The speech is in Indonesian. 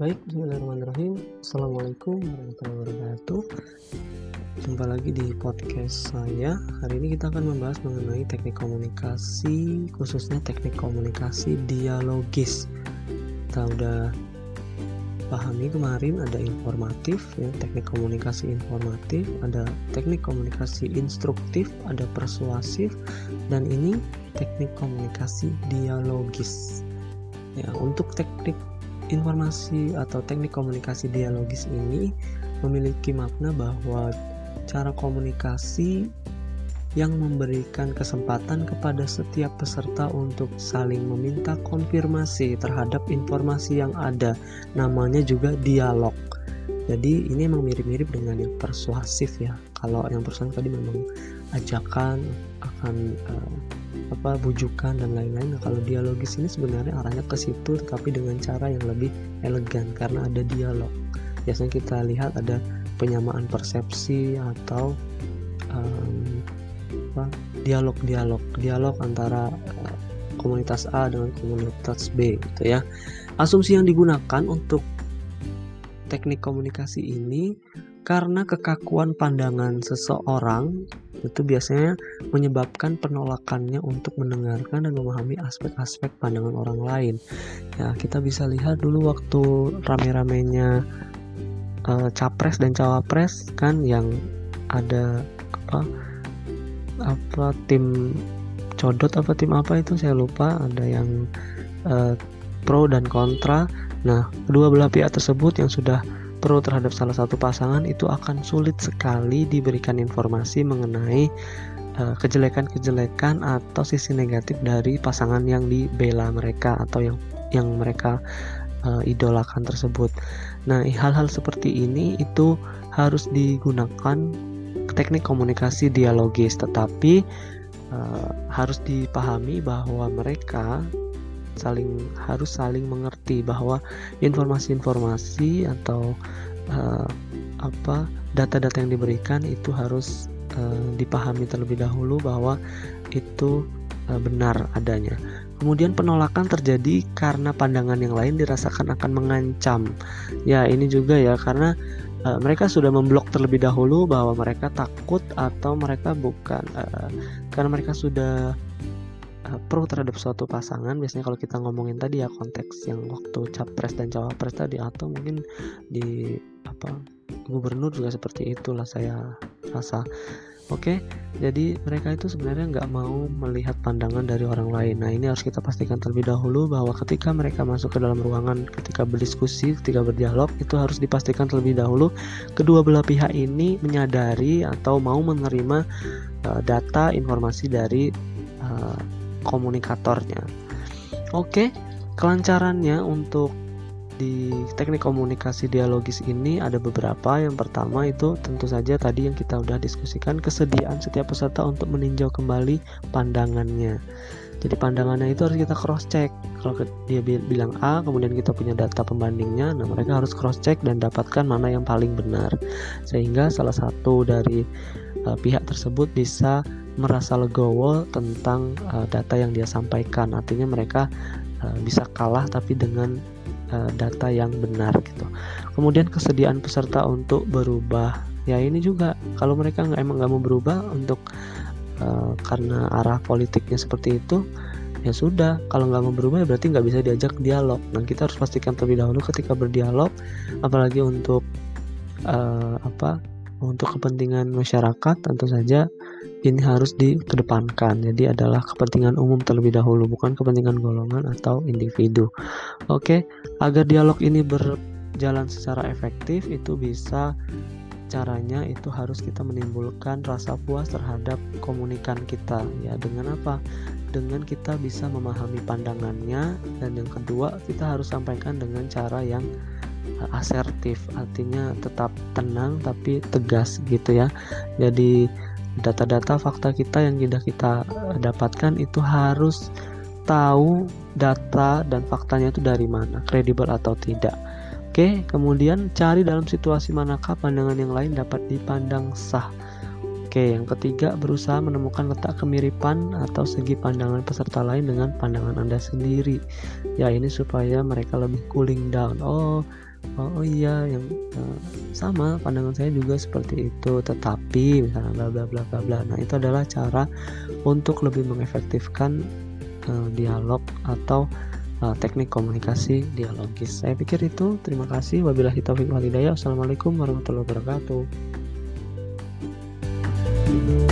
Baik, bismillahirrahmanirrahim. Assalamualaikum warahmatullahi wabarakatuh. Jumpa lagi di podcast saya. Hari ini kita akan membahas mengenai teknik komunikasi, khususnya teknik komunikasi dialogis. Kita udah pahami kemarin ada informatif, ya, teknik komunikasi informatif, ada teknik komunikasi instruktif, ada persuasif, dan ini teknik komunikasi dialogis. Ya, untuk teknik informasi atau teknik komunikasi dialogis ini memiliki makna bahwa cara komunikasi yang memberikan kesempatan kepada setiap peserta untuk saling meminta konfirmasi terhadap informasi yang ada. Namanya juga dialog. Jadi ini memang mirip-mirip dengan yang persuasif ya. Kalau yang persuasif tadi memang ajakan, akan bujukan dan lain-lain. Nah, kalau dialogis ini sebenarnya arahnya ke situ, tetapi dengan cara yang lebih elegan karena ada dialog. Biasanya kita lihat ada penyamaan persepsi atau dialog antara komunitas A dengan komunitas B gitu ya. Asumsi yang digunakan untuk teknik komunikasi ini karena kekakuan pandangan seseorang itu biasanya menyebabkan penolakannya untuk mendengarkan dan memahami aspek-aspek pandangan orang lain. Ya, kita bisa lihat dulu waktu rame-ramenya capres dan cawapres kan, yang ada tim codot tim apa itu saya lupa, ada yang pro dan kontra. Nah, kedua belah pihak tersebut yang sudah pro terhadap salah satu pasangan itu akan sulit sekali diberikan informasi mengenai kejelekan-kejelekan atau sisi negatif dari pasangan yang dibela mereka atau yang mereka idolakan tersebut. Nah, hal-hal seperti ini itu harus digunakan teknik komunikasi dialogis, tetapi harus dipahami bahwa mereka harus saling mengerti bahwa informasi-informasi atau data-data yang diberikan itu harus dipahami terlebih dahulu bahwa itu benar adanya. Kemudian penolakan terjadi karena pandangan yang lain dirasakan akan mengancam. Ya, ini juga ya, karena mereka sudah memblok terlebih dahulu bahwa mereka takut atau mereka bukan karena mereka sudah pro terhadap suatu pasangan. Biasanya kalau kita ngomongin tadi ya konteks yang waktu capres dan cawapres tadi, atau mungkin di gubernur juga seperti itulah saya rasa. Oke, jadi mereka itu sebenarnya nggak mau melihat pandangan dari orang lain. Nah, ini harus kita pastikan terlebih dahulu bahwa ketika mereka masuk ke dalam ruangan, ketika berdiskusi, ketika berdialog, itu harus dipastikan terlebih dahulu kedua belah pihak ini menyadari atau mau menerima data informasi dari komunikatornya. Oke, kelancarannya untuk di teknik komunikasi dialogis ini ada beberapa. Yang pertama itu tentu saja tadi yang kita udah diskusikan, kesediaan setiap peserta untuk meninjau kembali pandangannya. Jadi pandangannya itu harus kita cross check. Kalau dia bilang A, kemudian kita punya data pembandingnya, nah mereka harus cross check dan dapatkan mana yang paling benar, sehingga salah satu dari pihak tersebut bisa merasa legowo tentang data yang dia sampaikan. Artinya mereka bisa kalah tapi dengan data yang benar gitu. Kemudian kesediaan peserta untuk berubah. Ya, ini juga kalau mereka emang nggak mau berubah untuk karena arah politiknya seperti itu, ya sudah. Kalau nggak mau berubah ya berarti nggak bisa diajak dialog. Nah, kita harus pastikan terlebih dahulu ketika berdialog, apalagi untuk untuk kepentingan masyarakat, tentu saja ini harus dikedepankan. Jadi adalah kepentingan umum terlebih dahulu, bukan kepentingan golongan atau individu. Oke, agar dialog ini berjalan secara efektif, itu bisa caranya itu harus kita menimbulkan rasa puas terhadap komunikan kita. Ya, dengan apa? Dengan kita bisa memahami pandangannya, dan yang kedua kita harus sampaikan dengan cara yang asertif, artinya tetap tenang tapi tegas gitu ya. Jadi data-data fakta kita yang sudah kita dapatkan itu harus tahu data dan faktanya itu dari mana, kredibel atau tidak. Oke, kemudian cari dalam situasi manakah pandangan yang lain dapat dipandang sah. Oke, yang ketiga, berusaha menemukan letak kemiripan atau segi pandangan peserta lain dengan pandangan Anda sendiri. Ya, ini supaya mereka lebih cooling down. Oh, oh iya yang sama pandangan saya juga seperti itu, tetapi misalnya bla bla bla bla bla. Nah, itu adalah cara untuk lebih mengefektifkan dialog atau teknik komunikasi dialogis. Saya pikir itu. Terima kasih. Wabillahi taufiq wal hidayah. Wassalamualaikum warahmatullahi wabarakatuh.